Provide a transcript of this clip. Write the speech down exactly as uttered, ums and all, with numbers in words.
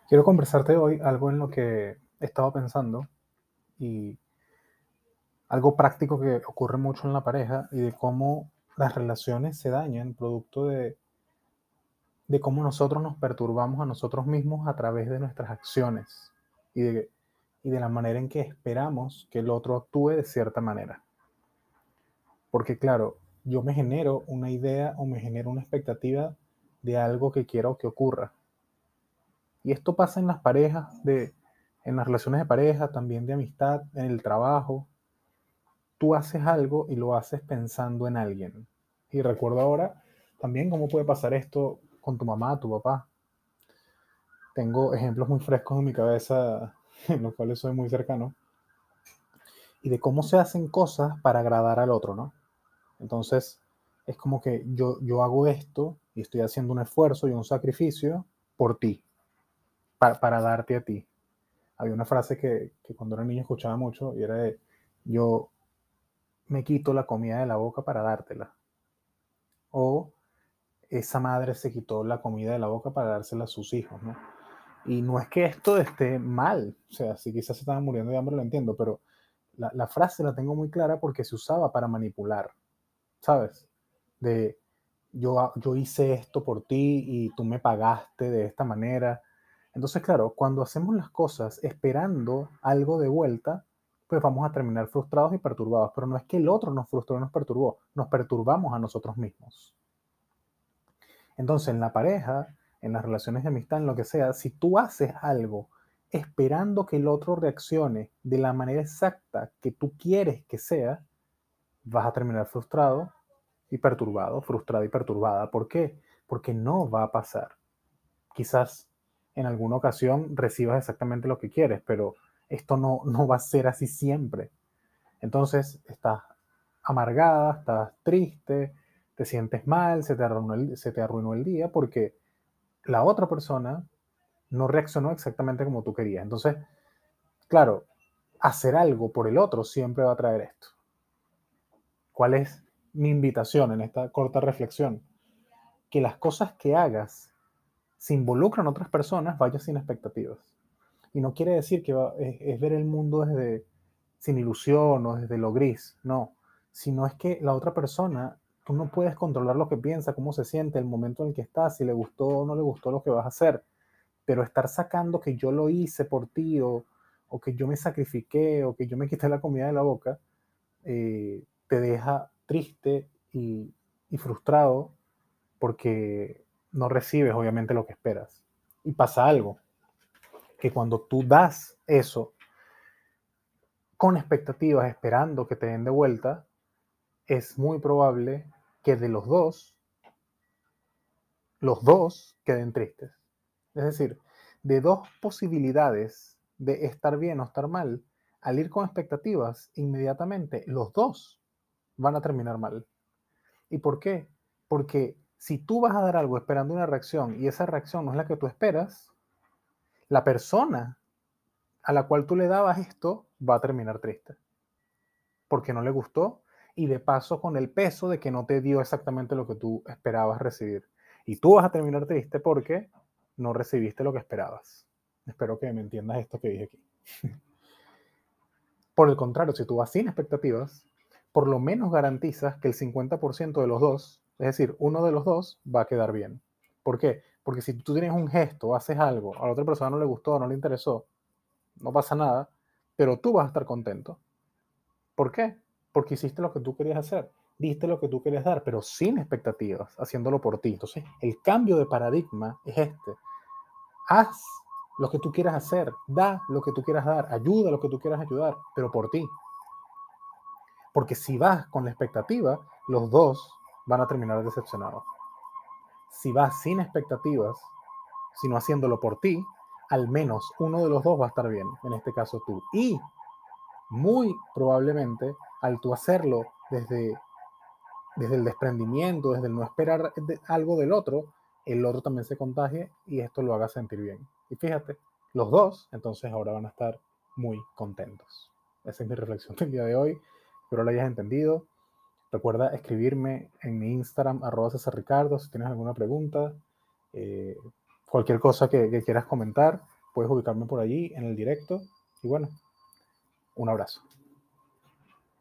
Quiero conversarte hoy algo en lo que he estado pensando y algo práctico que ocurre mucho en la pareja y de cómo las relaciones se dañan producto de, de cómo nosotros nos perturbamos a nosotros mismos a través de nuestras acciones y de, y de la manera en que esperamos que el otro actúe de cierta manera. Porque claro, yo me genero una idea o me genero una expectativa de algo que quiero que ocurra. Y esto pasa en las parejas, de, en las relaciones de pareja, también de amistad, en el trabajo. Tú haces algo y lo haces pensando en alguien. Y recuerdo ahora también cómo puede pasar esto con tu mamá, tu papá. Tengo ejemplos muy frescos en mi cabeza, en los cuales soy muy cercano, y de cómo se hacen cosas para agradar al otro, ¿no? Entonces, es como que yo, yo hago esto y estoy haciendo un esfuerzo y un sacrificio por ti, para, para darte a ti. Había una frase que, que cuando era niño escuchaba mucho y era de, yo me quito la comida de la boca para dártela. O esa madre se quitó la comida de la boca para dársela a sus hijos, ¿no? Y no es que esto esté mal, o sea, si quizás se estaban muriendo de hambre lo entiendo, pero la, la frase la tengo muy clara porque se usaba para manipular, ¿sabes? De yo, yo hice esto por ti y tú me pagaste de esta manera. Entonces, claro, cuando hacemos las cosas esperando algo de vuelta, pues vamos a terminar frustrados y perturbados. Pero no es que el otro nos frustró y nos perturbó, nos perturbamos a nosotros mismos. Entonces, en la pareja, en las relaciones de amistad, en lo que sea, si tú haces algo esperando que el otro reaccione de la manera exacta que tú quieres que sea, vas a terminar frustrado y perturbado, frustrada y perturbada. ¿Por qué? Porque no va a pasar. Quizás en alguna ocasión recibas exactamente lo que quieres, pero esto no, no va a ser así siempre. Entonces estás amargada, estás triste, te sientes mal, se te arruinó el, se te arruinó el día porque la otra persona no reaccionó exactamente como tú querías. Entonces, claro, hacer algo por el otro siempre va a traer esto. ¿Cuál es mi invitación en esta corta reflexión? Que las cosas que hagas se involucran a otras personas, vayas sin expectativas. Y no quiere decir que va, es, es, ver el mundo desde sin ilusión o desde lo gris, no. Sino es que la otra persona, tú no puedes controlar lo que piensa, cómo se siente, el momento en el que está, si le gustó o no le gustó lo que vas a hacer. Pero estar sacando que yo lo hice por ti o, o que yo me sacrifiqué o que yo me quité la comida de la boca, eh, te deja triste y, y frustrado porque no recibes obviamente lo que esperas. Y pasa algo, que cuando tú das eso con expectativas, esperando que te den de vuelta, es muy probable que de los dos, los dos queden tristes. Es decir, de dos posibilidades de estar bien o estar mal, al ir con expectativas, inmediatamente los dos van a terminar mal. ¿Y por qué? Porque si tú vas a dar algo esperando una reacción y esa reacción no es la que tú esperas, la persona a la cual tú le dabas esto va a terminar triste. Porque no le gustó y de paso con el peso de que no te dio exactamente lo que tú esperabas recibir. Y tú vas a terminar triste porque no recibiste lo que esperabas. Espero que me entiendas esto que dije aquí. Por el contrario, si tú vas sin expectativas, por lo menos garantizas que el cincuenta por ciento de los dos, es decir, uno de los dos, va a quedar bien. ¿Por qué? Porque si tú tienes un gesto, haces algo, a la otra persona no le gustó, no le interesó, no pasa nada, pero tú vas a estar contento. ¿Por qué? Porque hiciste lo que tú querías hacer, diste lo que tú querías dar, pero sin expectativas, haciéndolo por ti. Entonces, el cambio de paradigma es este. Haz lo que tú quieras hacer, da lo que tú quieras dar, ayuda lo que tú quieras ayudar, pero por ti. Porque si vas con la expectativa, los dos van a terminar decepcionados. Si vas sin expectativas, sino haciéndolo por ti, al menos uno de los dos va a estar bien, en este caso tú. Y muy probablemente, al tú hacerlo desde desde el desprendimiento, desde el no esperar de algo del otro, el otro también se contagie y esto lo haga sentir bien. Y fíjate, los dos entonces ahora van a estar muy contentos. Esa es mi reflexión del día de hoy. Espero lo hayas entendido. Recuerda escribirme en mi Instagram, arroba César Ricardo, si tienes alguna pregunta, eh, cualquier cosa que, que quieras comentar. puedes ubicarme por allí en el directo. Y bueno, un abrazo.